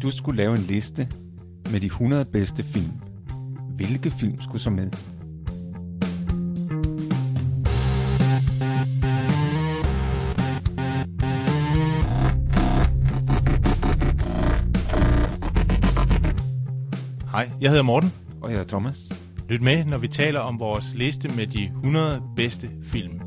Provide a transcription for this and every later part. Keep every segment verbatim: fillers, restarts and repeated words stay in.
du skulle lave en liste med de hundrede bedste film, hvilke film skulle så med? Hej, jeg hedder Morten. Og jeg hedder Thomas. Lyt med, når vi taler om vores liste med de hundrede bedste film.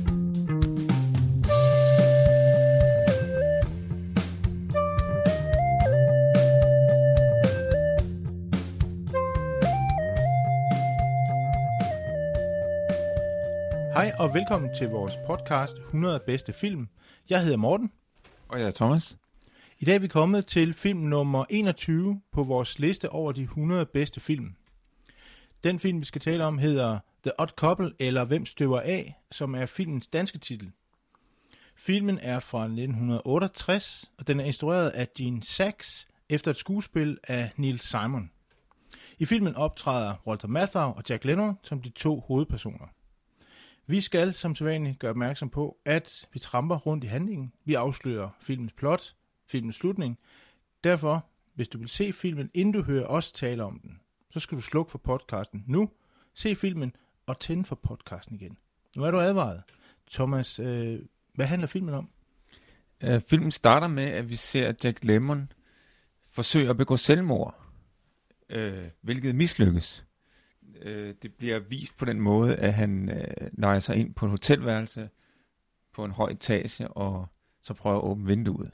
Hej og velkommen til vores podcast hundrede bedste film. Jeg hedder Morten. Og jeg er Thomas. I dag er vi kommet til film nummer enogtyve på vores liste over de hundrede bedste film. Den film, vi skal tale om, hedder The Odd Couple, eller Hvem støver af, som er filmens danske titel. Filmen er fra nitten otteogtres, og den er instrueret af Gene Saks efter et skuespil af Neil Simon. I filmen optræder Walter Matthau og Jack Lemmon som de to hovedpersoner. Vi skal som sædvanligt gøre opmærksom på, at vi tramper rundt i handlingen. Vi afslører filmens plot, filmens slutning. Derfor, hvis du vil se filmen, inden du hører os tale om den, så skal du slukke for podcasten nu, se filmen og tænde for podcasten igen. Nu er du advaret. Thomas, øh, hvad handler filmen om? Uh, filmen starter med, at vi ser Jack Lemmon forsøge at begå selvmord, uh, hvilket mislykkes. Uh, det bliver vist på den måde, at han uh, lejer sig ind på et hotelværelse på en høj etage, og så prøver at åbne vinduet.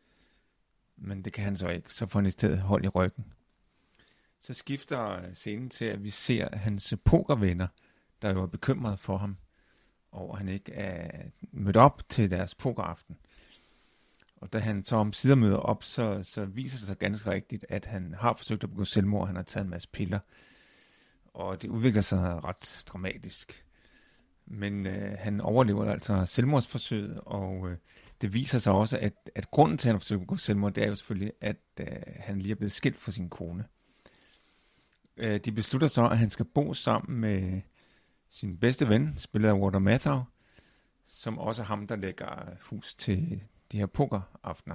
Men det kan han så ikke, så får han i stedet hold i ryggen. Så skifter scenen til, at vi ser hans pokervenner, der jo er bekymret for ham, over at han ikke er mødt op til deres pokeraften. Og da han så omsider møder op, så, så viser det sig ganske rigtigt, at han har forsøgt at begå selvmord, han har taget en masse piller. Og det udvikler sig ret dramatisk. Men øh, han overlever altså selvmordsforsøget, og øh, det viser sig også, at, at grunden til, at han har forsøgt at begå selvmord, det er jo selvfølgelig, at øh, han lige er blevet skilt fra sin kone. Øh, de beslutter så, at han skal bo sammen med sin bedste ven, spillet af Walter Matthau, som også er ham, der lægger hus til de her pokeraftener.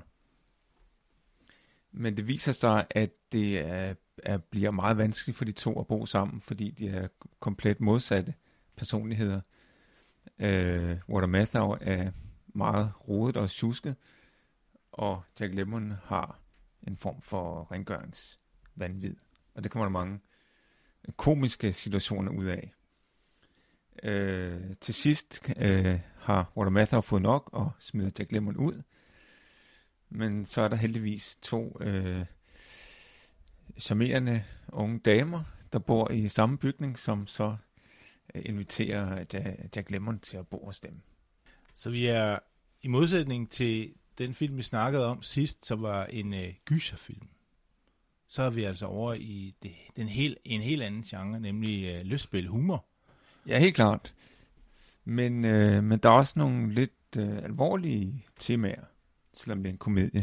Men det viser sig, at det er, er, bliver meget vanskeligt for de to at bo sammen, fordi de er komplet modsatte personligheder. Øh, Walter Matthau er meget rodet og tjusket, og Jack Lemmon har en form for rengøringsvanvid. Og det kommer der mange komiske situationer ud af. Øh, til sidst øh, har Walter Matthau fået nok og smider Jack Lemmon ud. Men så er der heldigvis to øh, charmerende unge damer, der bor i samme bygning, som så øh, inviterer Jack Lemmon til at bo hos dem. Så vi er i modsætning til den film, vi snakkede om sidst, som var en øh, gyserfilm. Så er vi altså over i det, den helt, en helt anden genre, nemlig øh, lystspil humor. Ja, helt klart. Men, øh, men der er også nogle lidt øh, alvorlige temaer, selvom det er en komedie.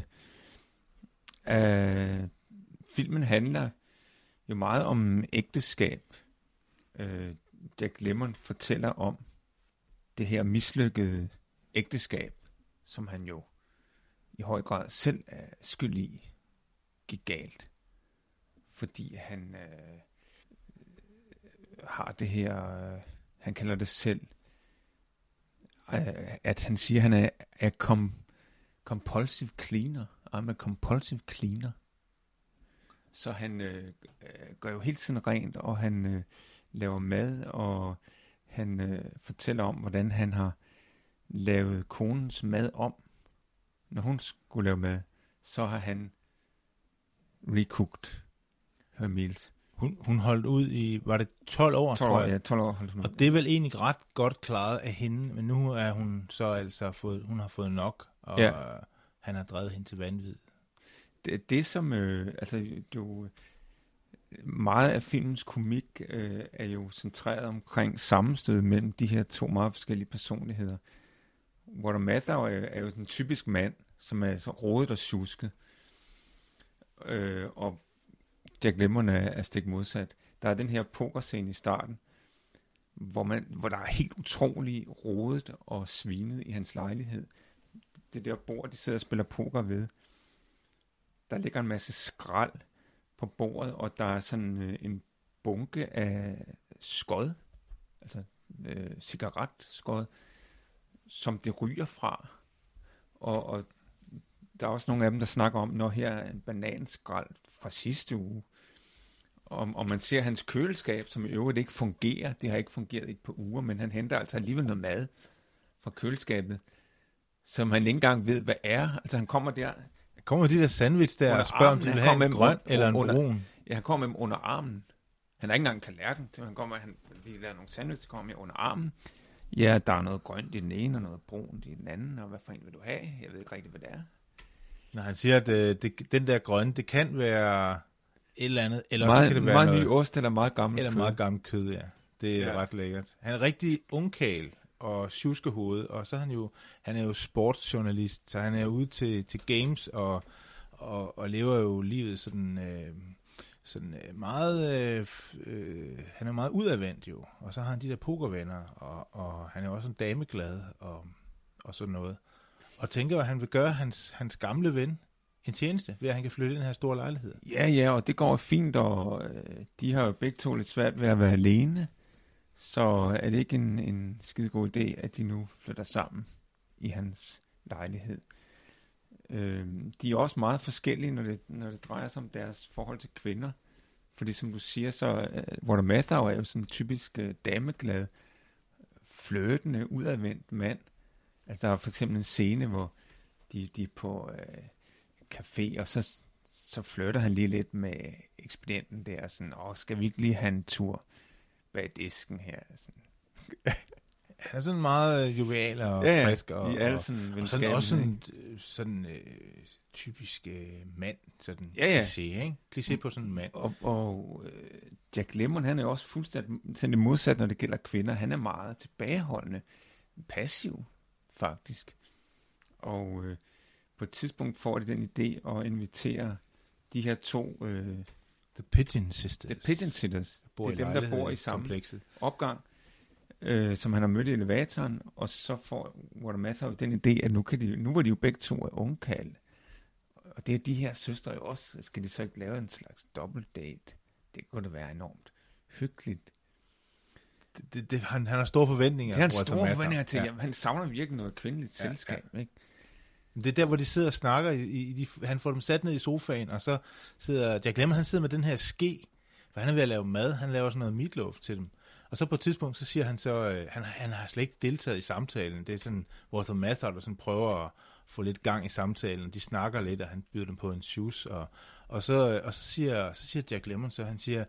Øh, filmen handler jo meget om ægteskab. Øh, Jack Lemmon fortæller om det her mislykkede ægteskab, som han jo i høj grad selv er skyld i, gik galt. Fordi han øh, har det her, øh, han kalder det selv, øh, at han siger, at han er, er com, compulsive cleaner. I'm a compulsive cleaner. Så han øh, gør jo hele tiden rent, og han øh, laver mad, og han øh, fortæller om, hvordan han har lavet konens mad om. Når hun skulle lave mad, så har han recooked her meals. Hun, hun holdt ud i, var det tolv år, tolv tror år, jeg? Ja, tolv år holdt hun ud. Og det er vel egentlig ret godt klaret af hende, men nu er hun så altså fået, hun har fået nok, og ja. Han har drevet hende til vanvid. Det, det som, øh, altså jo, meget af filmens komik øh, er jo centreret omkring sammenstødet mellem de her to meget forskellige personligheder. Walter Matthau er, er jo sådan en typisk mand, som er så rodet og tjusket. Øh, og Jack Lemmon er, er stik modsat. Der er den her pokerscene i starten, hvor, man, hvor der er helt utrolig rodet og svinet i hans lejlighed. Det der bord, de sidder og spiller poker ved, der ligger en masse skrald på bordet, og der er sådan øh, en bunke af skod, altså øh, cigaretskod, som det ryger fra. Og, og der er også nogle af dem, der snakker om, når her er en bananskrald fra sidste uge, og, og man ser hans køleskab, som i øvrigt ikke fungerer. Det har ikke fungeret i et par uger, men han henter altså alligevel noget mad fra køleskabet, som han ikke engang ved, hvad er. Altså han kommer der... Kommer de der sandwich der og spørger, om de vil have en grøn eller en brun? Ja, han kommer med dem under armen. Han har ikke engang tallerken. Han kommer, han lige laver nogle sandwich, der kommer med under armen. Ja, der er noget grønt i den ene, og noget brunt i den anden, og hvad for en vil du have? Jeg ved ikke rigtig, hvad det er. Når han siger, at øh, det, den der grønne, det kan være et eller andet, eller meget, så kan det være meget noget... ny ost, eller meget gammel eller kød. meget gammel kød, ja. Det er ja. ret lækkert. Han er rigtig ungkæl og tjuskehoved, og så er han jo, han er jo sportsjournalist, så han er ude til, til games, og, og, og lever jo livet sådan... Øh, sådan meget, øh, øh, han er meget udadvendt jo, og så har han de der pokervenner, og, og han er også en dameglad, og, og sådan noget. Og tænker, at han vil gøre hans, hans gamle ven en tjeneste, ved at han kan flytte ind i den her store lejlighed. Ja, ja, og det går fint, og øh, de har jo begge to lidt svært ved at være alene, så er det ikke en, en skide god idé, at de nu flytter sammen i hans lejlighed. Øh, de er også meget forskellige, når det, når det drejer sig om deres forhold til kvinder. Fordi som du siger, så uh, Walter Matthau er jo sådan en typisk uh, dameglad, flirtende, udadvendt mand. Altså der er for eksempel en scene, hvor de, de er på uh, café, og så, så flirter han lige lidt med ekspedienten der, sådan, åh, skal vi ikke lige have en tur bag disken her? Sådan. Han er sådan meget jovial og ja, ja, frisk. Og, de er alle sådan og, og sådan også sådan, sådan øh, typisk øh, mand, sådan ja, ja. kliché, ikke? Kliché på sådan en mand. Og, og øh, Jack Lemmon, han er også fuldstændig modsat, når det gælder kvinder. Han er meget tilbageholdende, passiv, faktisk. Og øh, på et tidspunkt får de den idé at invitere de her to... Øh, The Pigeon Sisters. The Pigeon Sisters. Det er dem, der bor i samme komplekset. Opgang. Øh, som han har mødt i elevatoren, og så får Walter Matthau den idé, at nu, kan de, nu var de jo begge to af ungkald. Og det er de her søstre jo også. Skal de så ikke lave en slags dobbelt date? Det kunne da være enormt hyggeligt. Det, det, det, han, han har store forventninger. Det har han store forventninger til. Ja. Jamen, han savner virkelig noget kvindeligt ja, selskab. Ja. Ikke? Det er der, hvor de sidder og snakker. I, i, de, han får dem sat ned i sofaen, og så sidder Jack Lemmon, han sidder med den her ske, for han er ved at lave mad. Han laver sådan noget meatloaf til dem. Og så på et tidspunkt, så siger han så, øh, han, han har slet ikke deltaget i samtalen. Det er sådan, Walter Matthau, der sådan prøver at få lidt gang i samtalen. De snakker lidt, og han byder dem på en shoes. Og, og, så, og så, siger, så siger Jack Lemmon, så han siger,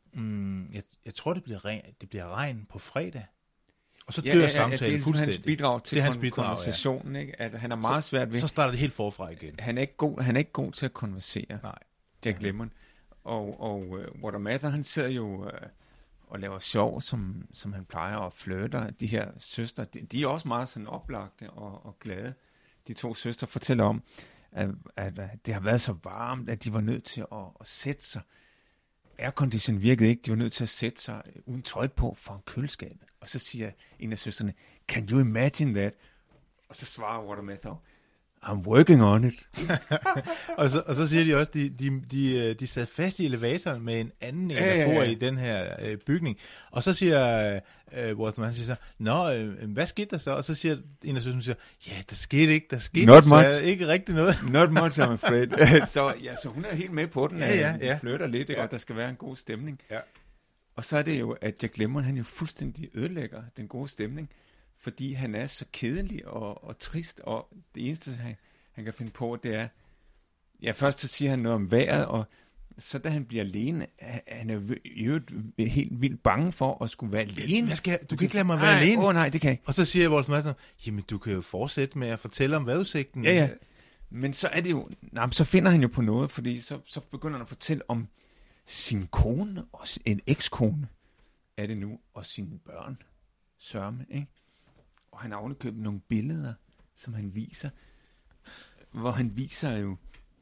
mm, jeg, jeg tror, det bliver, regn, det bliver regn på fredag. Og så dør ja, ja, ja, samtalen ja, fuldstændig. Det er hans bidrag til det er hans kon- bidrag, konversationen, ja. Ikke? At han er meget så, svært ved. Så starter det helt forfra igen. Han er ikke god, han er ikke god til at konversere, Nej. Jack ja. Lemmon. Og, og uh, Walter Matthau, han sidder jo... Uh, og laver sjov, som, som han plejer, og flirter. De her søstre, de, de er også meget sådan oplagte og, og glade. De to søstre fortæller om, at, at, at det har været så varmt, at de var nødt til at, at sætte sig. Aircondition virkede ikke. De var nødt til at sætte sig uden tøj på for en køleskab. Og så siger en af søstrene, can you imagine that? Og så svarer Walter Matthau, I'm working on it. og, så, og så siger de også, de, de, de, de sad fast i elevatoren med en anden, en, der bor i den her øh, bygning. Og så siger øh, Walter Matthau, siger så, nå, øh, hvad skete der så? Og så siger en af søstrene, ja, der skete ikke, der skete Not så much. ikke rigtig noget. Not much, I'm afraid. så, ja, så hun er helt med på den, ja, ja, ja. De flytter lidt, ja. Og der skal være en god stemning. Ja. Og så er det jo, at Jack Lemmon, han jo fuldstændig ødelægger den gode stemning, fordi han er så kedelig og, og trist, og det eneste, han, han kan finde på, det er, ja, først så siger han noget om vejret, og så da han bliver alene, han er jo helt vildt bange for at skulle være alene. Jeg skal, du kan ikke lade mig være nej, alene. Åh oh, nej, det kan jeg ikke. Og så siger Walter Matthau, jamen du kan jo fortsætte med at fortælle om vejrudsigten. Ja, ja. Men så er det jo, nej, så finder han jo på noget, fordi så, så begynder han at fortælle om sin kone, og en ekskone, er det nu, og sine børn, sørme, ikke? Og han har ovenikøbet nogle billeder, som han viser, hvor han viser jo,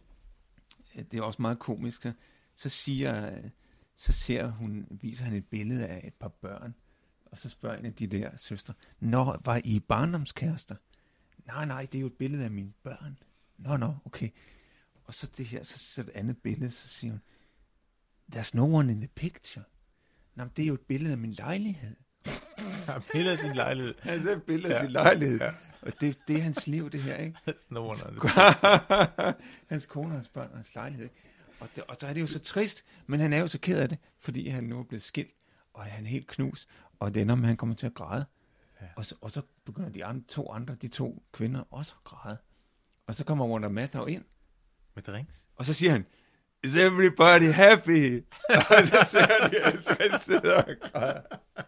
det er også meget komisk, så siger, så ser hun, viser han et billede af et par børn, og så spørger en af de der søstre, nå, var I barndomskærester? Nej, nej, det er jo et billede af mine børn. Nå, nå, okay. Og så det her, så ser et andet billede, så siger hun, there's no one in the picture. Nå, det er jo et billede af min lejlighed. Ja, et billede af sin lejlighed. Han ser et billede af Ja. sin lejlighed. Ja. Og det, det er hans liv, det her, ikke? There's no one in the picture. Hans kone, hans børn og hans lejlighed. Og, det, og så er det jo så trist, men han er jo så ked af det, fordi han nu er blevet skilt, og han er helt knust, og det ender med, at han kommer til at græde. Ja. Og, så, og så begynder de andre, to andre, de to kvinder, også at græde. Og så kommer Walter Matthau ind, Med drinks. og så siger han, is everybody happy? Og så ser de, at han sidder og græder.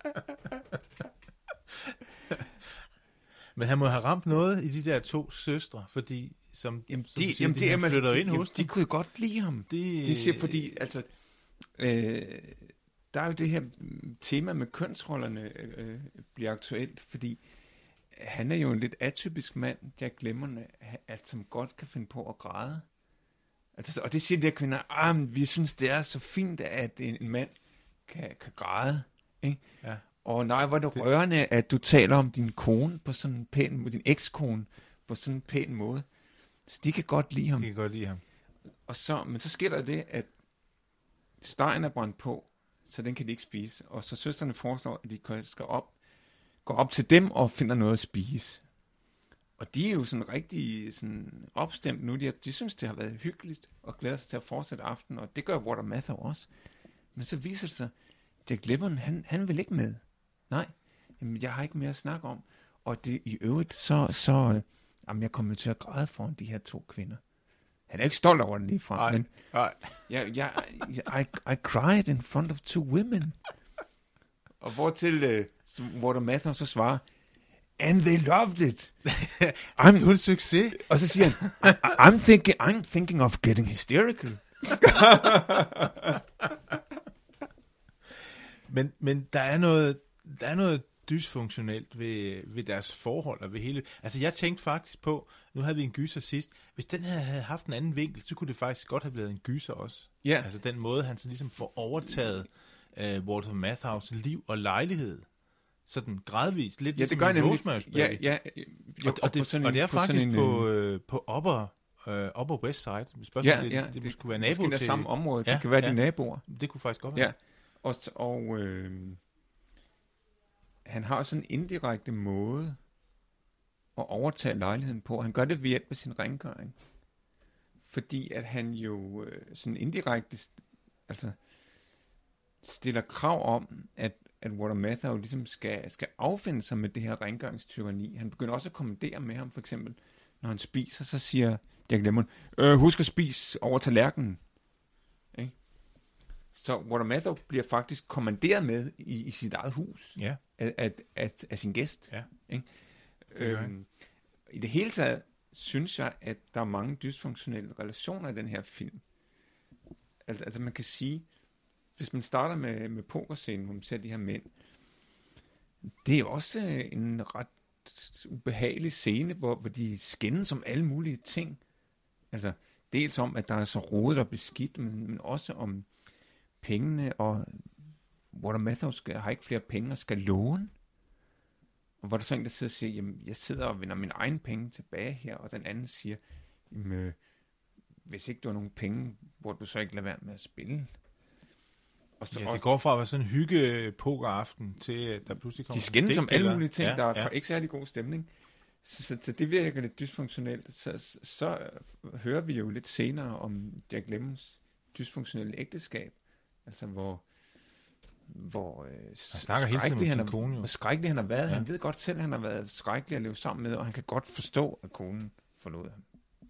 Men han må have ramt noget i de der to søstre, fordi som, Jamen, som de, siger, jamen, de, det, han jamen, flytter de, ind jamen, hos de dem. kunne godt lide ham. Det, De siger, fordi, altså, øh, der er jo det her tema med kønsrollerne øh, bliver aktuelt, fordi han er jo en lidt atypisk mand, Jack Lemmon, at, som godt kan finde på at græde. Altså, og det siger de der kvinder, ah, men vi synes, det er så fint, at en, en mand kan, kan græde. Ikke? Ja. Og nej, hvor er det rørende, at du taler om din kone på sådan en pæn måde, din ekskone på sådan en pæn måde. Så de kan godt lide ham. De kan godt lide ham. Og så, men så sker der det, at stegen er brændt på, så den kan de ikke spise. Og så søsterne foreslår, at de skal op, gå op til dem og finder noget at spise. Og de er jo sådan rigtig sådan opstemt nu. De, de synes, det har været hyggeligt og glæder sig til at fortsætte aftenen. Og det gør Walter Matthau også. Men så viser det sig, at Jack Lemmon, han, han vil ikke med. Nej, jamen, jeg har ikke mere at snakke om. Og det, i øvrigt, så, så øh, jamen, jeg kommer til at græde foran de her to kvinder. Han er ikke stolt over det lige fra, Nej, men nej. jeg, jeg, I, I cried in front of two women. Og hvortil øh, Walter Matthau så svarer, and they loved it. I'm, Du er en succes. og så siger han, I, I'm, thinking, I'm thinking of getting hysterical. Men, men der er noget, der er noget dysfunktionelt ved, ved deres forhold og ved hele... Altså, jeg tænkte faktisk på, nu havde vi en gyser sidst, hvis den her havde haft en anden vinkel, så kunne det faktisk godt have blevet en gyser også. Ja. Altså, den måde, han så ligesom får overtaget uh, Walter Matthau's liv og lejlighed. Sådan gradvist, lidt Ja, ligesom det gør en nemlig. Rosemary's Baby. Ja, ja. Jo, og, og, det, sådan og en- det er på sådan faktisk en, på, øh, øh, på upper, øh, upper West Side. Ja, Spørgsmålet, ja, det, det, det skulle være nabo måske til... det samme område. Ja, Det kan være ja. de naboer. Det kunne faktisk godt være. Ja. Og, og øh, han har sådan en indirekte måde at overtage lejligheden på. Han gør det ved hjælp af sin rengøring. Fordi at han jo øh, sådan indirekte st- altså stiller krav om, at, at Walter Matthau ligesom skal, skal affinde sig med det her rengøringstyranni. Han begynder også at kommandere med ham, for eksempel, når han spiser, så siger Jack Lemmon, øh, husk at spise over tallerkenen. Ikke? Så Walter Matthau bliver faktisk kommanderet med i, i sit eget hus Ja. af, af, af, af sin gæst. Ja. Ikke? gør han. Øhm, I det hele taget synes jeg, at der er mange dysfunktionelle relationer i den her film. Altså, altså man kan sige, hvis man starter med, med pokerscenen, hvor man ser de her mænd, det er også en ret ubehagelig scene, hvor, hvor de skændes om alle mulige ting. Altså, dels om, at der er så rodet og beskidt, men, men også om pengene, og Walter Matthau skal, har ikke flere penge og skal låne. Og hvor der så en, der sidder og siger, jamen, jeg sidder og vinder mine egne penge tilbage her, og den anden siger, jamen, øh, hvis ikke du har nogen penge, hvor du så ikke lader være med at spille. Og så Ja, også, det går fra at være sådan en hygge pokeraften til, at der pludselig kommer de skændes om alle mulige ting, ja, der er ja. ikke særlig god stemning. Så, så, så det virker lidt dysfunktionelt. Så, så, så øh, hører vi jo lidt senere om Jack Lemmons dysfunktionelle ægteskab. Altså hvor hvor, øh, snakker hele tiden om han sin har, kone, jo. hvor skrækkelig han har været. Ja. Han ved godt selv, at han har været skrækkelig at leve sammen med, og han kan godt forstå, at konen forlod ham.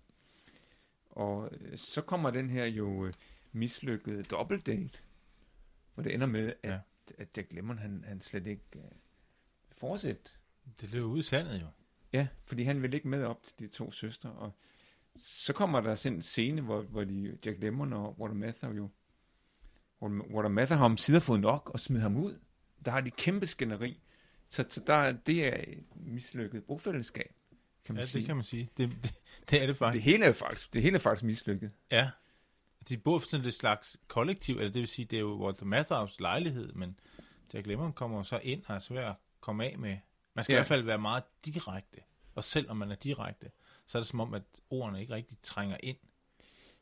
Og øh, så kommer den her jo øh, mislykkede dobbeltdate, hvor det ender med, at, Ja. at Jack Lemmon, han, han slet ikke øh, fortsætter. Det løber ud i sandet jo. Ja, fordi han vil ikke med op til de to søstre, og så kommer der sådan en scene, hvor, hvor de, Jack Lemmon og Walter Matthau jo, hvor Walter Matthau har omsider fået nok og smider ham ud. Der har de kæmpe skænderi. Så, så der, det er et mislykket bofællesskab, kan man Ja, sige. det kan man sige. Det, det, det er det faktisk. Det hele er jo faktisk, det hele er faktisk mislykket. Ja. De bor for sådan et slags kollektiv, eller det vil sige, det er jo Walter Matthau's lejlighed, men Jack Lemmon kommer så ind og er svært at komme af med. Man skal Ja. i hvert fald være meget direkte. Og selvom man er direkte, så er det som om, at ordene ikke rigtig trænger ind.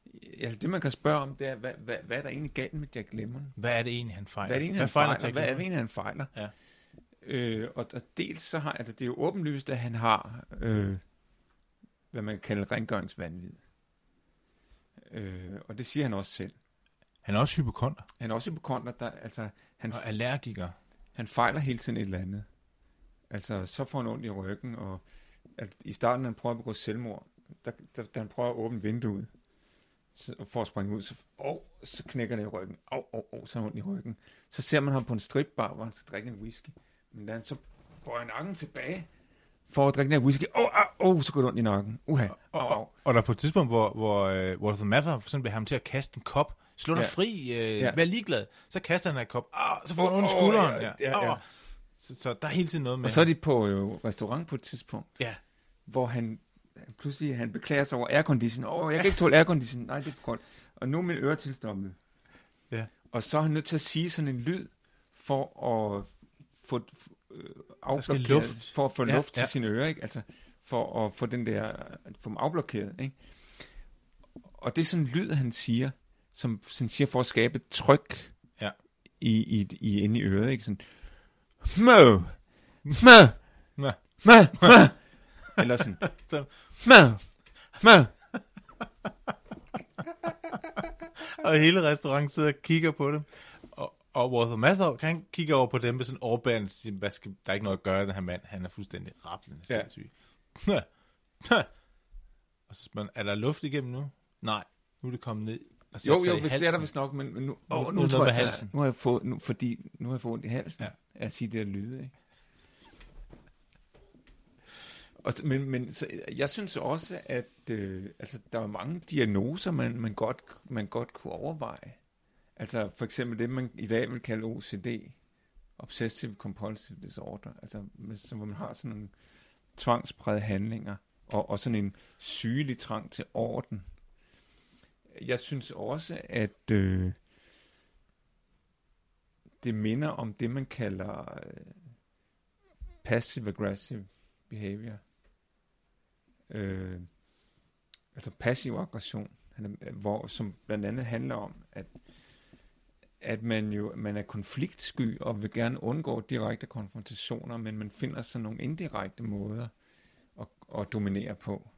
Ja, det man kan spørge om, det er, hvad, hvad, hvad er der egentlig galt med Jack Lemmon? Hvad er det egentlig, han fejler? Hvad er det egentlig, hvad han fejler? fejler Hvad er det egentlig, han fejler? Ja. Øh, og, og dels så har, altså det er jo åbenlyst, at han har, øh, hvad man kan kalde rengøringsvanvid. Øh, og det siger han også selv. Han er også hypokonder. Han er også hypokonder, der, altså han, og allergiker. Han fejler hele tiden et eller andet. Altså, så får han ondt i ryggen, og at i starten, han prøver at begå selvmord, der, der, da han prøver at åbne vinduet, så, for at springe ud, så, åh, så knækker det i ryggen, åh, åh, åh, så har han ondt i ryggen. Så ser man ham på en stripbar, hvor han skal drikke en whisky, men da han så bøjer nakken tilbage, for at drikke en whisky, åh, åh, åh, så går det ondt i nakken, uha, og, og, og, og der er på et tidspunkt, hvor, hvor uh, Walter Matthau for eksempel vil have ham til at kaste en kop, slå dig ja. fri, uh, ja. vær ligeglad, så kaster han en kop, ah, så får han oh, ondt i skulderen, oh, ja, ja, ja. Oh. Så, så der er hele tiden noget med. Og så er de på jo restaurant på et tidspunkt, ja. hvor han pludselig han beklager sig over aircondition. Åh, oh, jeg kan ikke tåle aircondition. Nej, det er for koldt. Og nu er min øre tilstoppet. Ja. Og så er han nødt til at sige sådan en lyd for at få øh, afblokeret, for at få ja, luft ja. til sine ører, ikke? Altså for at få den der få dem afblokeret, ikke? Og det er sådan en lyd han siger, som han siger for at skabe et tryk ja. i i i inde i øret, ikke? Sådan Mø! Mø! Mø! Mø! Eller sådan. Mø! Mø! Og hele restauranten sidder og kigger på dem. Og, og Walter Matthau, han kigger over på dem med sådan overbærende og siger, hvad skal, der er ikke noget at gøre, den her mand. Han er fuldstændig rablende ja. sindssyg. Og så spørger er der luft igennem nu? Nej, nu er det kommet ned. Jo, jo, hvis det er der vist nok, men, men nu, oh, nu, nu, nu tror jeg, halsen. nu har jeg fået, nu, fordi nu har jeg fået ondt i halsen, ja. at sige det der lyde, ikke? Og, men men så, jeg synes også, at øh, altså, der er mange diagnoser, man, man, godt, man godt kunne overveje. Altså for eksempel det, man i dag vil kalde O C D, Obsessive Compulsive Disorder, altså så, hvor man har sådan nogle tvangsprægede handlinger, og, og sådan en sygelig trang til orden. Jeg synes også, at øh, det minder om det, man kalder øh, passive-aggressive behavior. Øh, altså passiv aggression, hvor, som blandt andet handler om, at, at man jo man er konfliktsky og vil gerne undgå direkte konfrontationer, men man finder sådan nogle indirekte måder at, at dominere på.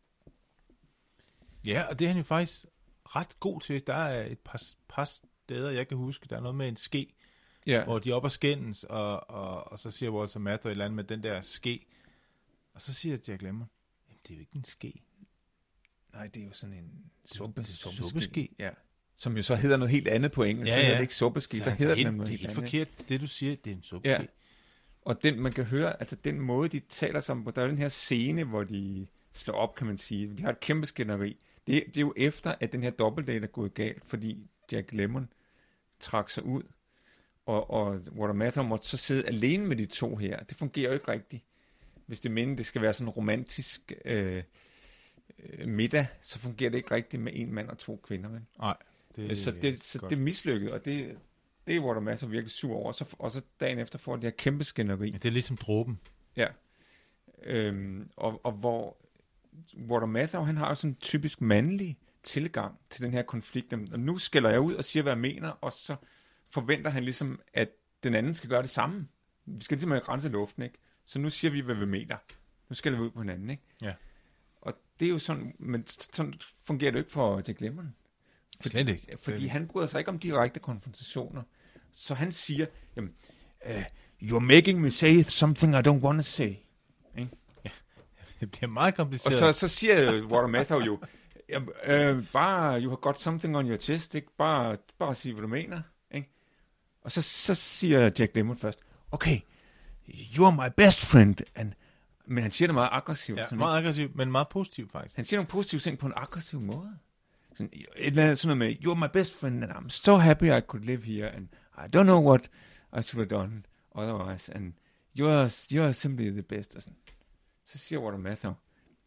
Ja, og det er han jo faktisk ret god til. Der er et par, par steder, jeg kan huske, der er noget med en ske, ja. hvor de er oppe og skændes, og, og, og så siger Walter Matthau et eller andet med den der ske, og så siger Jack Lemmon, det er jo ikke en ske. Nej, det er jo sådan en suppe, suppeske. Ja. Som jo så hedder noget helt andet på engelsk. Ja, ja. Det hedder ikke suppeske, der hedder helt, den noget helt, helt helt forkert. Det du siger, det er en suppeske. Ja. Og den, man kan høre, altså den måde, de taler sammen på, der er den her scene, hvor de slår op, kan man sige. De har et kæmpe skænderi. Det, det er jo efter, at den her dobbeltdate er gået galt, fordi Jack Lemmon trak sig ud, og, og Walter Matthau måtte så sidde alene med de to her. Det fungerer jo ikke rigtigt. Hvis det mener, det skal være sådan en romantisk øh, øh, middag, så fungerer det ikke rigtigt med en mand og to kvinder. Vel? Nej. Det så det, så det mislykket, og det, det er Walter Matthau virkelig sur over. Og så, og så dagen efter får de her kæmpe skænderi. Ja, det er ligesom dråben. Ja. Øhm, og, og hvor Walter Matthau, han har jo sådan en typisk mandlig tilgang til den her konflikt. Og nu skælder jeg ud og siger, hvad jeg mener, og så forventer han ligesom, at den anden skal gøre det samme. Vi skal ligesom rense luften, ikke? Så nu siger vi, hvad vi mener. Nu skælder vi ud på hinanden, ikke? Ja. Og det er jo sådan, men sådan fungerer det jo ikke for Jack Lemmon. Fordi, Slet ikke. Slet fordi ikke. han bryder sig ikke om direkte konfrontationer. Så han siger, jamen, uh, you're making me say something I don't want to say. Ikke? Ja. Det bliver meget kompliceret. Og så, så siger Walter Matthau jo, uh, bare, you have got something on your chest, ikke? Bare, bare sig, hvad du mener. Ikke? Og så, så siger Jack Lemmon først, okay, you're my best friend, and, men han siger det meget aggressivt. Ja, sådan, meget aggressivt, men meget positivt faktisk. Han siger nogle positive ting på en aggressiv måde. Sådan, et eller andet sådan noget med, you're my best friend, and I'm so happy I could live here, and I don't know what I should have done otherwise, and you're, you're simply the best. Og sådan. Så siger Walter Matthau,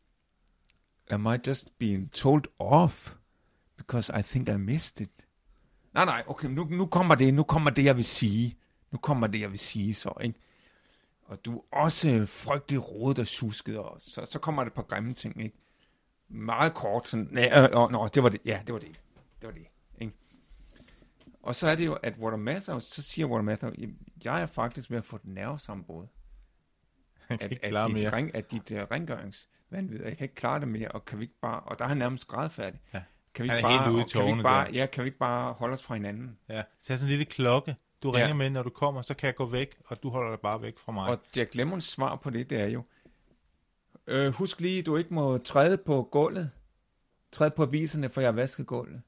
am I just being told off, because I think I missed it? Nej, nej, okay, nu, nu kommer det, nu kommer det, jeg vil sige. Nu kommer det, jeg vil sige, så, ikke? Og du er også frygtelig rodet og susket, og så, så kommer det et par grimme ting, ikke? meget kort, sådan, nej, øh, øh, nå, det var det, ja, det var det, det var det, ikke? Og så er det jo, at Walter Matthau, så siger Walter Matthau, jeg er faktisk ved at få et nervesammenbrud. Jeg kan at, ikke at klare dit, mere. ring, at dit uh, rengøringsvanvid, jeg kan ikke klare det mere, og kan vi ikke bare, og der er han nærmest grædfærdig. Ja. Kan vi Han ikke er bare, helt ude i og kan vi ikke tårne bare, der. ja, kan vi ikke bare holde os fra hinanden? Ja, så er sådan en lille klokke, du ringer Ja. med, når du kommer, så kan jeg gå væk, og du holder dig bare væk fra mig. Og Jack Lemmons svar på det, det er jo, øh, husk lige, du ikke må træde på gulvet, træde på aviserne, for jeg har vasket gulvet.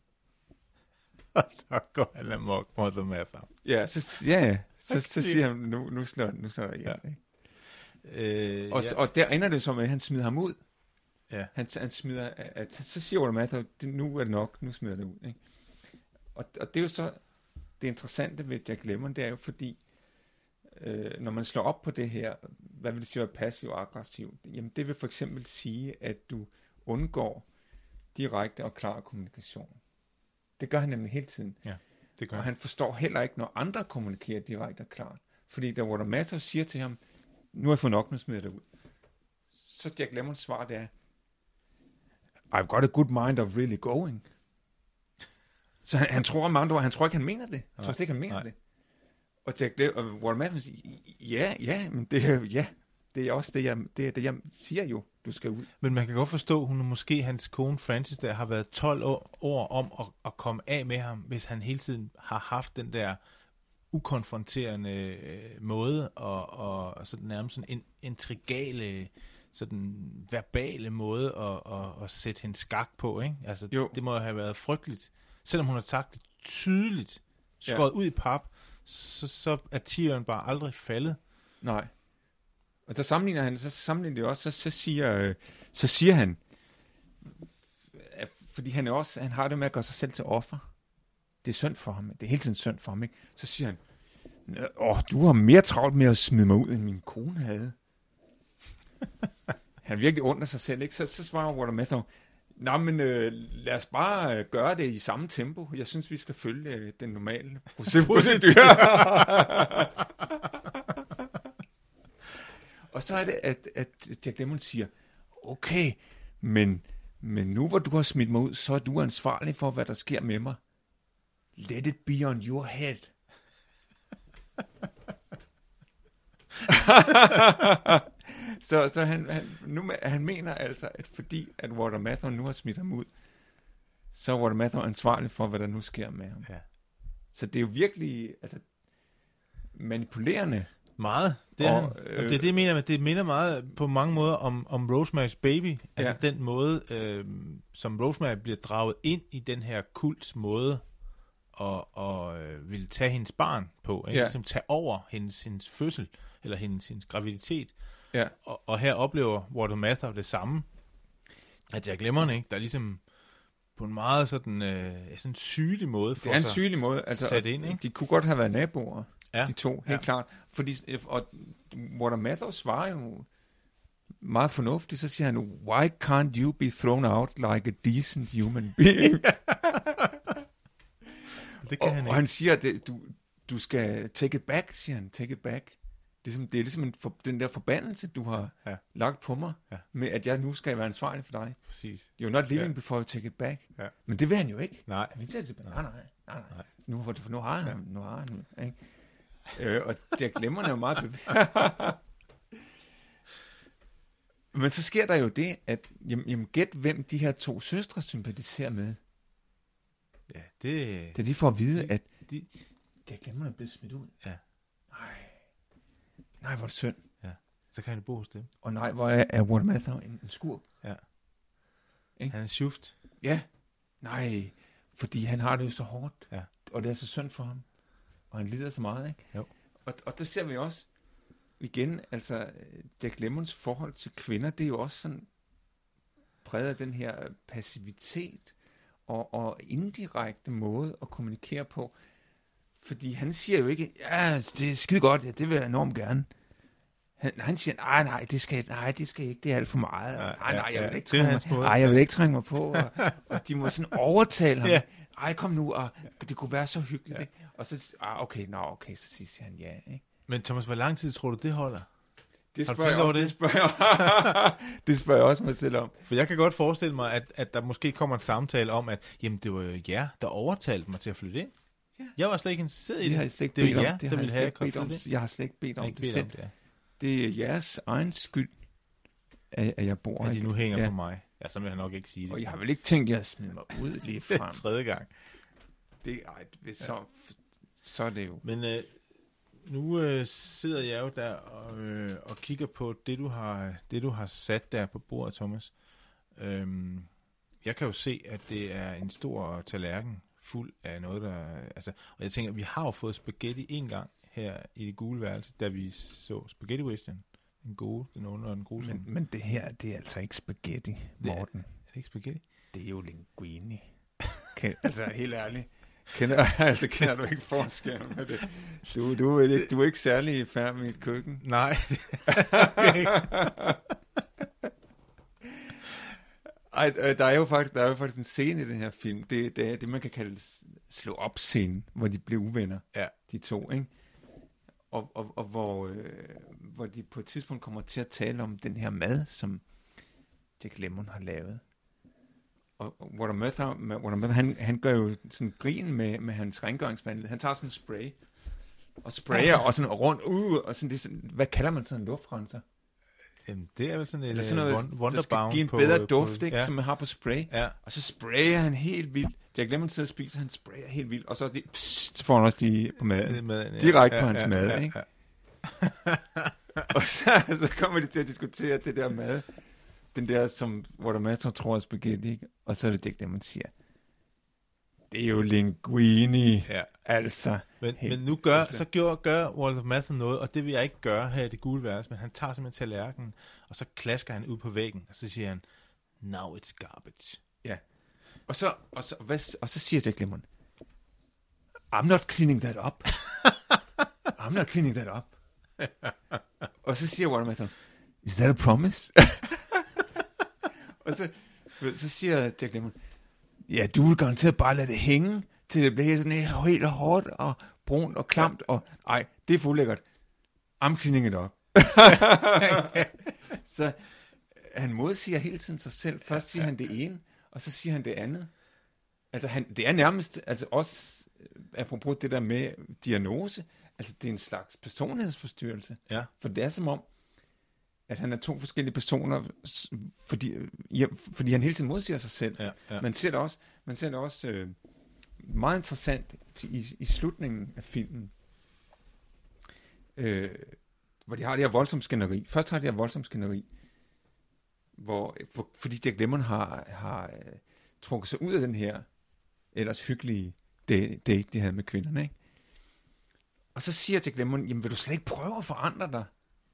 Og så går han amok mod The Matthau. Ja, så, ja, ja. så, så siger han, nu, nu slår nu slår jeg ihjel. Ja. Ikke? Øh, Og, ja. og der ender det som, at han smider ham ud. Ja. Han, han smider, at, så siger Walter Matthau, det, nu er det nok, nu smider det ud. Ikke? Og, og det er jo så, det interessante ved Jack Lemmon, det er jo fordi, øh, når man slår op på det her, hvad vil det sige, passiv og aggressiv? Jamen det vil for eksempel sige, at du undgår direkte og klar kommunikation. Det gør han nemlig hele tiden. Ja, det gør Og han. han forstår heller ikke, når andre kommunikerer direkte og klart. Fordi da Walter Matthau siger til ham, nu har jeg fået nok, nu smider jeg det ud. Så Jack Lemmons svar, det er, I've got a good mind of really going. Så han, han tror, med andre ord, han tror ikke, han mener det. Han tror slet ikke, han mener Nej. det. Og Jack Le- og Walter Matthau siger, ja, ja, men det er, ja, det er også det, jeg, det er det, jeg siger jo, du skal ud. Men man kan godt forstå, hun måske hans kone Francis der har været tolv år, år om at, at komme af med ham, hvis han hele tiden har haft den der ukonfronterende øh, måde og, og, og sådan nærmest sådan en intrigale, sådan verbale måde at, at, at sætte hende skak på, ikke? Altså, Jo. det må have været frygteligt. Selvom hun har sagt det tydeligt, skåret ja. ud i pap, så, så er tigeren bare aldrig faldet. Nej. Og så sammenligner han, så sammenligner det også, så, så, siger, øh, så siger han, at, fordi han er også, han har det med at gøre sig selv til offer. Det er synd for ham. Det er hele tiden synd for ham, ikke? Så siger han, åh, du har mere travlt med at smide mig ud, end min kone havde. Han virkelig under sig selv, ikke? Så, så svarer Walter Matthau, nå, men øh, lad os bare øh, gøre det i samme tempo. Jeg synes, vi skal følge øh, den normale procedure. Og så er det, at, at Jack Lemmon siger, okay, men, men nu hvor du har smidt mig ud, så er du ansvarlig for, hvad der sker med mig. Let it be on your head. så så han, han, nu, han mener altså, at fordi at Walter Matthau nu har smidt ham ud, så er Walter Matthau ansvarlig for, hvad der nu sker med ham. Ja. Så det er jo virkelig altså, manipulerende. Meget. Det er, Og, han. øh, det, er det, jeg mener, men det minder meget på mange måder om, om Rosemary's Baby. Altså Ja. den måde, øh, som Rosemary bliver draget ind i den her kults måde og, og øh, ville tage hendes barn på. Ikke? Ja. Ligesom tage over hendes, hendes fødsel, eller hendes, hendes graviditet. Ja. Og, og her oplever Walter Matthau det samme. At jeg glemmer det, ikke? Der er ligesom på en meget sådan, øh, sådan sygelig måde for Det er en sig sygelig måde. Altså, sat ind, ikke? De kunne godt have været naboer, Ja. de to, helt Ja. klart. Fordi, og Walter Matthau svarer jo meget fornuftigt, så siger han, why can't you be thrown out like a decent human being? Det kan og, han og ikke. han siger, at det, du, du skal take it back, siger han, take it back. Det er, som, det er ligesom en for, den der forbandelse, du har Ja. lagt på mig, Ja. med at jeg nu skal være ansvarlig for dig. Præcis. You're not living Ja. before you take it back. Ja. Men det vil han jo ikke. Nej. Han vil ikke tage det tilbage. Nej, nej, nej, nej. Nej. Nu, for, for nu har han ham. Nu har han ham, ikke? øh, og Jack Lemmon er jo meget bevidst. Men så sker der jo det, at jamen, jamen, gæt hvem de her to søstre sympatiserer med. Ja, det... Da de får at vide, at de, Jack Lemmon er blevet smidt ud. Ja. Nej. Nej, hvor er det synd. ja. Så kan han bo hos dem. Og nej, hvor er, er Walter Matthau en, en skurk. Ja. Ikke? Han er sjuft. Ja. Nej, fordi han har det jo så hårdt. Ja. Og det er så synd for ham. Og han lider så meget, ikke? Jo. Og, og der ser vi også igen, altså Jack Lemmons forhold til kvinder, det er jo også sådan præget af den her passivitet og, og indirekte måde at kommunikere på. Fordi han siger jo ikke, ja, det er skide godt, ja, det vil jeg enormt gerne. Han, han siger, nej, nej, det skal, nej, det skal ikke, det er alt for meget. Ja, Nej, nej, jeg vil ja, ikke det er trænge hans mig, måde. nej, jeg vil ikke trænge mig på. Og, og de må sådan overtale ham. Ja. Ej, kom nu, og det kunne være så hyggeligt. Ikke? Og så, ah, okay, nå, okay, så siger han ja, ikke? Men Thomas, hvor lang tid tror du, det holder? Det har du spørger, tænkt jeg, over det? Det, spørger jeg, det spørger jeg også mig selv om. For jeg kan godt forestille mig, at, at der måske kommer en samtale om, at jamen, det var jo jer, der overtalte mig til at flytte ind. Ja. Jeg var slet ikke interesseret i det. Det har jeg slet ikke det bedt om. jer, Det der har ville jeg have slet ikke bedt om. det. Jeg har slet ikke bedt om ikke det bedt selv. om det, ja. Det er jeres egen skyld, at, at jeg bor at her. de nu hænger ja. på mig. Ja, så vil jeg nok ikke sige det. Og jeg har vel ikke tænkt, at jeg smider mig ud lige frem. Tredje gang. Det, ej, så, ja. så er det jo. Men øh, nu øh, sidder jeg jo der og, øh, og kigger på det du har det du har sat der på bordet, Thomas. Øhm, jeg kan jo se, at det er en stor tallerken fuld af noget der, altså, og jeg tænker, vi har jo fået spaghetti en gang her i det gule værelse, da vi så spaghetti western. Den gode, den onde og den gode. Men, men det her, det er altså ikke spaghetti, Morten. Det er, er det ikke spaghetti? Det er jo linguine. Kan, altså helt ærligt. Kender, altså, kender du ikke forskellen med det? Du, du, er, du er ikke særlig færdig med et køkken. Nej. Ej, der er jo faktisk, der er jo faktisk en scene i den her film. Det, det er det, man kan kalde slå op scenen, hvor de bliver uvenner, ja. De to, ikke? Og, og, og hvor, øh, hvor de på et tidspunkt kommer til at tale om den her mad, som Jack Lemmon har lavet. Og Watermather, han, han gør jo sådan grin med, med hans rengøringsvand. Han tager sådan en spray, og sprayer og sådan rundt ud, og sådan, det, sådan, hvad kalder man sådan en luftrenser? Jamen, det er jo sådan et sådan noget, wonderbound. Der skal give en på, bedre duft, på, ikke, ja. som man har på spray. Ja. Og så sprayer han helt vildt. Jack Lemmon sidder og spiser, han sprayer helt vildt. Og så, de, pssst, så får han også de på maden. maden ja. Direkte ja, på hans ja, mad, ja, ikke? Ja. Og så, så kommer de til at diskutere det der mad. Den der, som Watermather tror er spaghetti, ikke? Og så er det Jack Lemmon siger, det er jo linguine, ja. altså. Men, men nu gør, så gør, gør Walter Matthau noget, og det vil jeg ikke gøre her i det gule værelse, men han tager simpelthen tallerkenen, og så klasker han ud på væggen, og så siger han, now it's garbage. Ja. Og så, og så, hvad, og så siger Jack Lemmon, I'm not cleaning that up. I'm not cleaning that up. Og så siger Walter Matthau, is that a promise? Og så, så siger Jack Lemmon, ja, du vil garanteret bare lade det hænge, til det bliver sådan helt, helt hårdt og brunt og klamt, og ej, det er fuldlækkert. I'm cleaning it up. Så han modsiger hele tiden sig selv. Først siger han det ene, og så siger han det andet. Altså, han, det er nærmest, altså også, apropos det der med diagnose, altså det er en slags personlighedsforstyrrelse. Ja. For det er som om, at han er to forskellige personer, fordi, ja, fordi han hele tiden modsiger sig selv. Ja, ja. Man ser det også, man ser det også øh, meget interessant til, i, i slutningen af filmen, øh, hvor de har det her voldsomt skænderi. Først har de her voldsomt skænderi, hvor, for, fordi Jack Lemmon har, har øh, trukket sig ud af den her ellers hyggelige date, de havde med kvinderne, ikke? Og så siger Jack Lemmon, jamen vil du slet ikke prøve at forandre dig?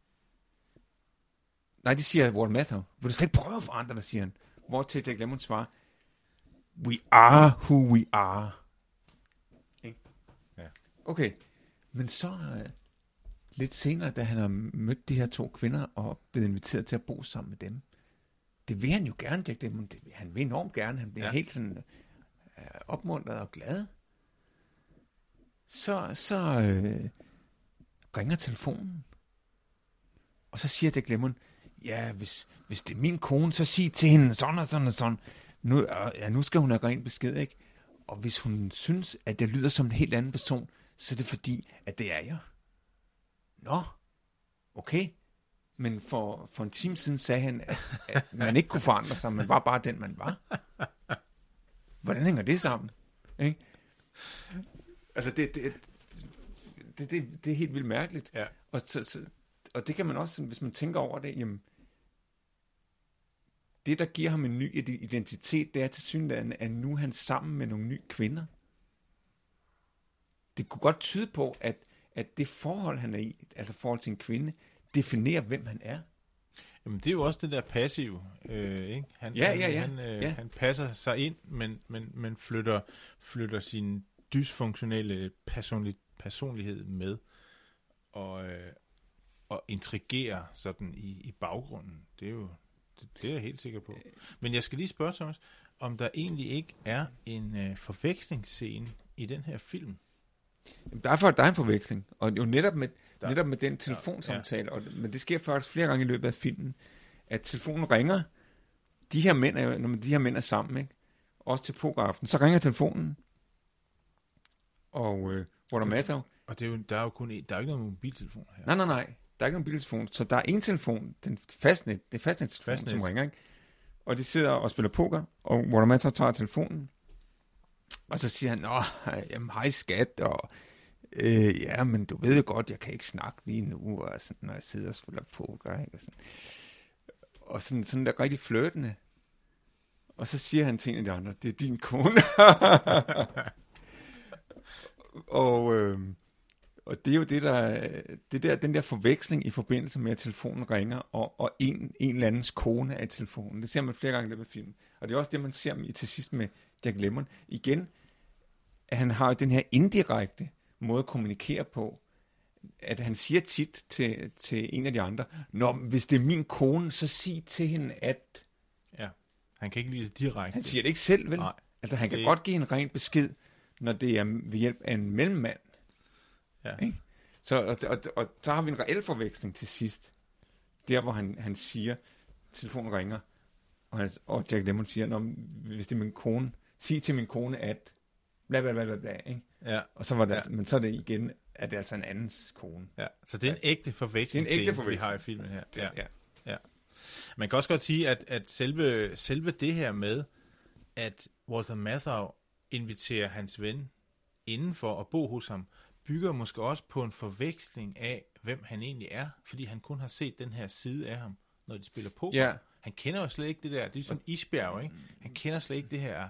Nej, det siger Walter Matthau. Vil du slet ikke prøve at forandre dig, siger han. Hvor til Jack Lemmon svarer, we are who we are. Ikke? Ja. Okay, men så uh, lidt senere, da han har mødt de her to kvinder og blevet inviteret til at bo sammen med dem, det vil han jo gerne, Jack Lemmon. Det, han vil enormt gerne. Han bliver ja. helt sådan uh, opmuntret og glad. Så, så uh, ringer telefonen. Og så siger Jack Lemmon, ja, hvis, hvis det er min kone, så sig til hende sådan og sådan og sådan. Nu, ja, nu skal hun have ren besked, ikke? Og hvis hun synes, at jeg lyder som en helt anden person, så er det fordi, at det er jeg. Nå, okay. Men for, for en time siden sagde han, at, at man ikke kunne forandre sig, man var bare den, man var. Hvordan hænger det sammen? Ikke? Altså, det, det, det, det, det er helt vildt mærkeligt. Ja. Og så... så Og det kan man også, hvis man tænker over det, jamen, det, der giver ham en ny identitet, det er til synligheden, at nu er han sammen med nogle nye kvinder. Det kunne godt tyde på, at, at det forhold, han er i, altså forhold til en kvinde, definerer, hvem han er. Jamen, det er jo også det der passive, øh, ikke? Han, ja, ja, ja. Han, øh, ja. han passer sig ind, men, men, men flytter, flytter sin dysfunktionelle personlig, personlighed med, og... Øh, og intrigere sådan i, i baggrunden. Det er jo det, det er jeg helt sikker på. Men jeg skal lige spørge, Thomas, om der egentlig ikke er en øh, forvekslingsscene i den her film. Der er, for, der er en forveksling, og jo netop med, der, netop med den telefonsamtale, ja. og, men det sker faktisk flere gange i løbet af filmen, at telefonen ringer. De her mænd er jo, når de her mænd er sammen, ikke? Også til pokeraften, så ringer telefonen, og øh, Walter Matthau. Og det er jo, der er jo kun en, der er jo ikke nogen mobiltelefon her. Nej, nej, nej. Der er ikke nogen mobiltelefon, så der er en telefon, den fastnet, det er fastnet-telefon, fastnet. som ringer, ikke? Og de sidder og spiller poker, og Walter Matthau tager telefonen, og så siger han, nå, jamen, hej skat, og øh, ja, men du ved jo godt, jeg kan ikke snakke lige nu, og sådan, når jeg sidder og spiller poker, ikke? Og sådan, og sådan, sådan der rigtig flirtende. Og så siger han til en af de andre, det er din kone. og, øh, og det er jo det der, det der, den der forveksling i forbindelse med, at telefonen ringer, og, og en, en eller andens kone er i telefonen. Det ser man flere gange i løbet af filmen. Og det er også det, man ser til sidst med Jack Lemmon. Igen, at han har jo den her indirekte måde at kommunikere på, at han siger tit til, til en af de andre, nå, hvis det er min kone, så sig til hende, at... Ja, han kan ikke lide det direkte. Han siger det ikke selv, vel? Nej. Altså, han kan det... godt give en ren besked, når det er ved hjælp af en mellemmand. Ja. Ikke? Så, og, og, og så har vi en reel forveksling til sidst. Der, hvor han, han siger, telefonen ringer, og, han, og Jack Lemmon siger, nå, hvis det er min kone, sig til min kone, at... Bla, bla, bla, bla, bla, ikke? Ja. Og så var det, ja. men så er det igen, at det er altså en andens kone. Ja, så det er en ægte forveksling, det er en ægte forveksling, vi har i filmen her. Ja. Ja. Ja. Man kan også godt sige, at, at selve, selve det her med, at Walter Matthau inviterer hans ven indenfor at bo hos ham, bygger måske også på en forveksling af, hvem han egentlig er, fordi han kun har set den her side af ham, når de spiller poker. Ja. Han kender jo slet ikke det der, det er sådan en isbjerg, ikke? Han kender slet ikke det her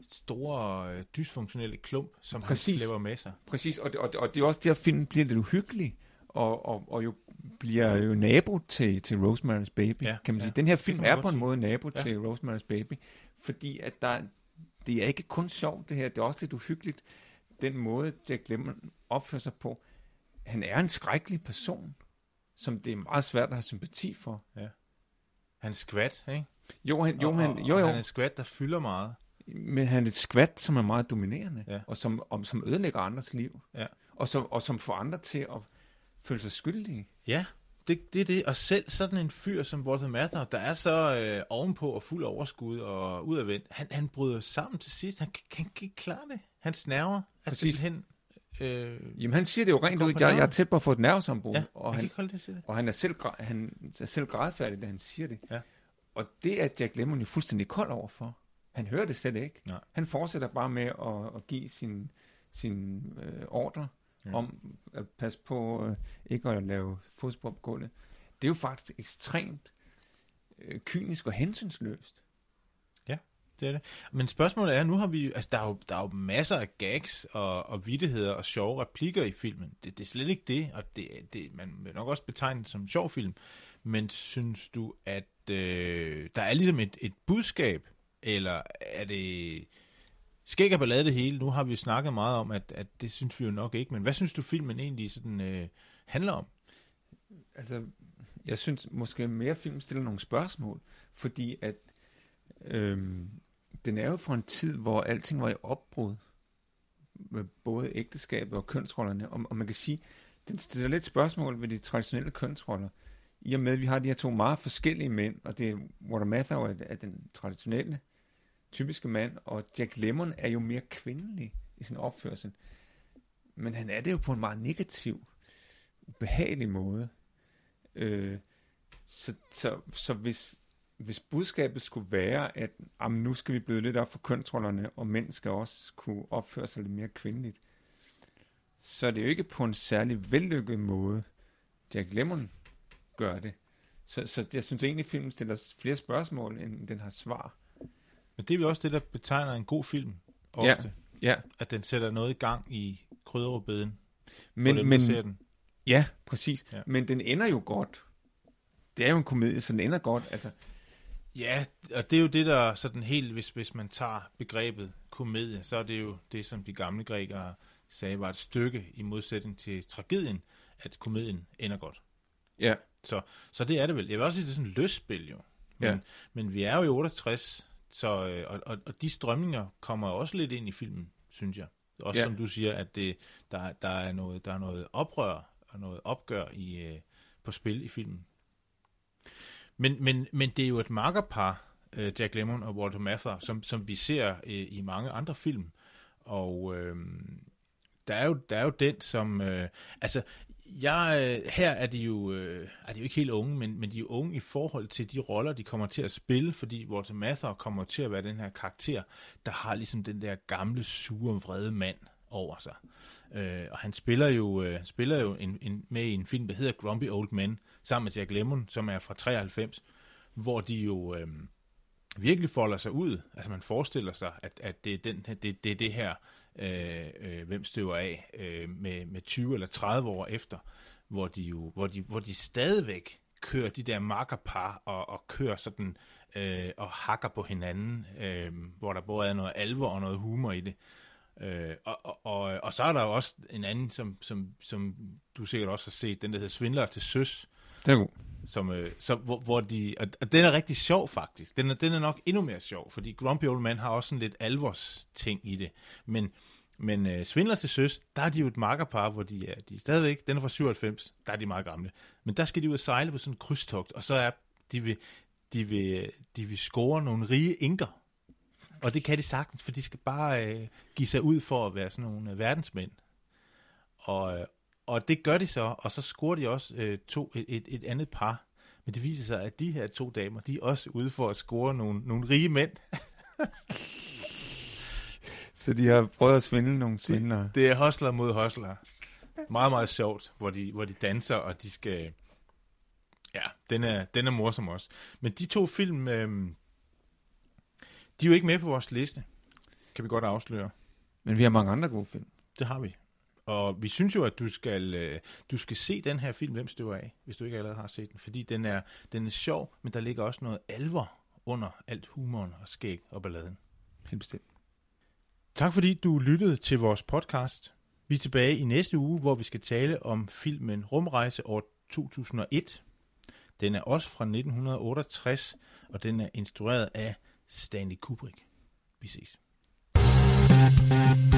store, øh, dysfunktionelle klump, som Præcis. han slæber med sig. Præcis, og det, og, det, og det er også der, filmen bliver lidt uhyggelig, og, og, og jo bliver jo nabo til, til Rosemary's Baby, ja, kan man ja. sige. Den her film er på en sige. måde nabo ja. til Rosemary's Baby, fordi at der, det er ikke kun sjovt det her, det er også lidt uhyggeligt, den måde, Jack Lemmon opfører sig på. Han er en skrækkelig person, som det er meget svært at have sympati for. Ja. Han er skvat, ikke? Jo, han, jo, og, han, jo, jo. han er skvat, der fylder meget. Men han er et skvat, som er meget dominerende, ja. og som, om, som ødelægger andres liv, ja. og, som, og som får andre til at føle sig skyldige. Ja, det, det er det. Og selv sådan en fyr som Walter Matthau, der er så øh, ovenpå og fuld overskud og udadvendt, han, han bryder sammen til sidst. Han kan, kan ikke klare det. Hans nerver er simpelthen... Øh, Jamen han siger det jo rent ud, jeg, jeg er tæt på at få et nervesambrud, ja, og, han, han, det og han er selv, han er selv grædfærdig, da han siger det. Ja. Og det er Jack Lemmon jo fuldstændig kold overfor. Han hører det slet ikke. Nej. Han fortsætter bare med at, at give sin, sin øh, ordre ja. om at passe på øh, ikke at lave fodspor på gulvet. Det er jo faktisk ekstremt øh, kynisk og hensynsløst. Ja, det er det. Men spørgsmålet er, nu har vi, altså der er jo, der er jo masser af gags og, og vittigheder og sjove replikker i filmen. Det, det er slet ikke det, og det, det, man vil nok også betegne det som en sjov film. Men synes du, at øh, der er ligesom et, et budskab, eller er det skæg og ballade det hele? Nu har vi snakket meget om, at, at det synes vi jo nok ikke, men hvad synes du filmen egentlig sådan, øh, handler om? Altså, jeg synes måske mere film stiller nogle spørgsmål, fordi at øh, den er jo fra en tid, hvor alting var i opbrud, med både ægteskabet og kønsrollerne, og, og man kan sige, den stiller lidt spørgsmål ved de traditionelle kønsroller, i og med, at vi har de her to meget forskellige mænd, og det er Walter Matthau er, er den traditionelle, typiske mand, og Jack Lemmon er jo mere kvindelig i sin opførsel. Men han er det jo på en meget negativ, ubehagelig måde. Øh, så, så, så hvis, hvis budskabet skulle være, at jamen, nu skal vi bløde lidt op for kønsrollerne, og mænd skal også kunne opføre sig lidt mere kvindeligt, så er det jo ikke på en særlig vellykket måde, Jack Lemmon gør det. Så, så jeg synes egentlig, at filmen stiller flere spørgsmål, end den har svar. Men det er vel også det, der betegner en god film, ofte. Ja, ja. At den sætter noget i gang i krydderrødbeden. Men, dem, men, den. ja, præcis. Ja. Men den ender jo godt. Det er jo en komedie, så den ender godt. Altså. Ja, og det er jo det, der sådan helt, hvis, hvis man tager begrebet komedie, så er det jo det, som de gamle grækere sagde, var et stykke i modsætning til tragedien, at komedien ender godt. Ja. Så, så det er det vel. Jeg vil også sige, det er sådan et lystspil jo. Men, ja. men vi er jo i otteogtres, så, og, og, og de strømninger kommer også lidt ind i filmen, synes jeg. Også ja. som du siger, at det, der, der, er noget, der er noget oprør og noget opgør i, øh, på spil i filmen. Men, men, men det er jo et makkerpar, øh, Jack Lemmon og Walter Matthau, som, som vi ser øh, i mange andre film. Og øh, der, er jo, der er jo den, som... Øh, altså, jeg, her er de, jo, øh, er de jo ikke helt unge, men, men de er jo unge i forhold til de roller, de kommer til at spille, fordi Walter Matthau kommer til at være den her karakter, der har ligesom den der gamle, sure, vrede mand over sig. Øh, og han spiller jo, øh, spiller jo en, en, med i en film, der hedder Grumpy Old Men, sammen med Jack Lemmon, som er fra treoghalvfems, hvor de jo øh, virkelig folder sig ud. Altså man forestiller sig, at, at det, er den, det, det er det her, øh, øh, hvem støver af øh, med, med tyve eller tredive år efter, hvor de jo, hvor de, hvor de stadigvæk kører de der makkerpar og, og kører sådan øh, og hakker på hinanden, øh, hvor der både er noget alvor og noget humor i det. Øh, og, og, og, og så er der jo også en anden, som, som, som du sikkert også har set, den der hedder Svindlere til søs. Det er god. Som, øh, som, hvor, hvor de, og, og den er rigtig sjov faktisk. Den er, den er nok endnu mere sjov, fordi Grumpy Old Man har også sådan lidt alvors ting i det. Men, men øh, Svindlere til søs, der er de jo et makkerpar, hvor de er, de er stadigvæk, den er fra syvoghalvfems, der er de meget gamle. Men der skal de ud og sejle på sådan en krydstogt, og så er de vil, de vil, de vil score nogle rige inker. Og det kan de sagtens, for de skal bare øh, give sig ud for at være sådan nogle øh, verdensmænd. Og, øh, og det gør de så, og så scorer de også øh, to, et, et, et andet par. Men det viser sig, at de her to damer, de er også ude for at score nogle, nogle rige mænd. Så de har prøvet at svindle nogle svindlere. Det, det er hustler mod hustler. Meget, meget sjovt, hvor de, hvor de danser, og de skal... Ja, den er, den er morsom også. Men de to film... Øh, De er jo ikke med på vores liste, kan vi godt afsløre. Men vi har mange andre gode film. Det har vi. Og vi synes jo, at du skal, øh, du skal se den her film, Hvem støver af, hvis du ikke allerede har set den. Fordi den er, den er sjov, men der ligger også noget alvor under alt humoren og skæg og balladen. Helt bestemt. Tak fordi du lyttede til vores podcast. Vi er tilbage i næste uge, hvor vi skal tale om filmen Rumrejse år to tusind og et. Den er også fra nitten otteogtres, og den er instrueret af Stanley Kubrick. Vi ses.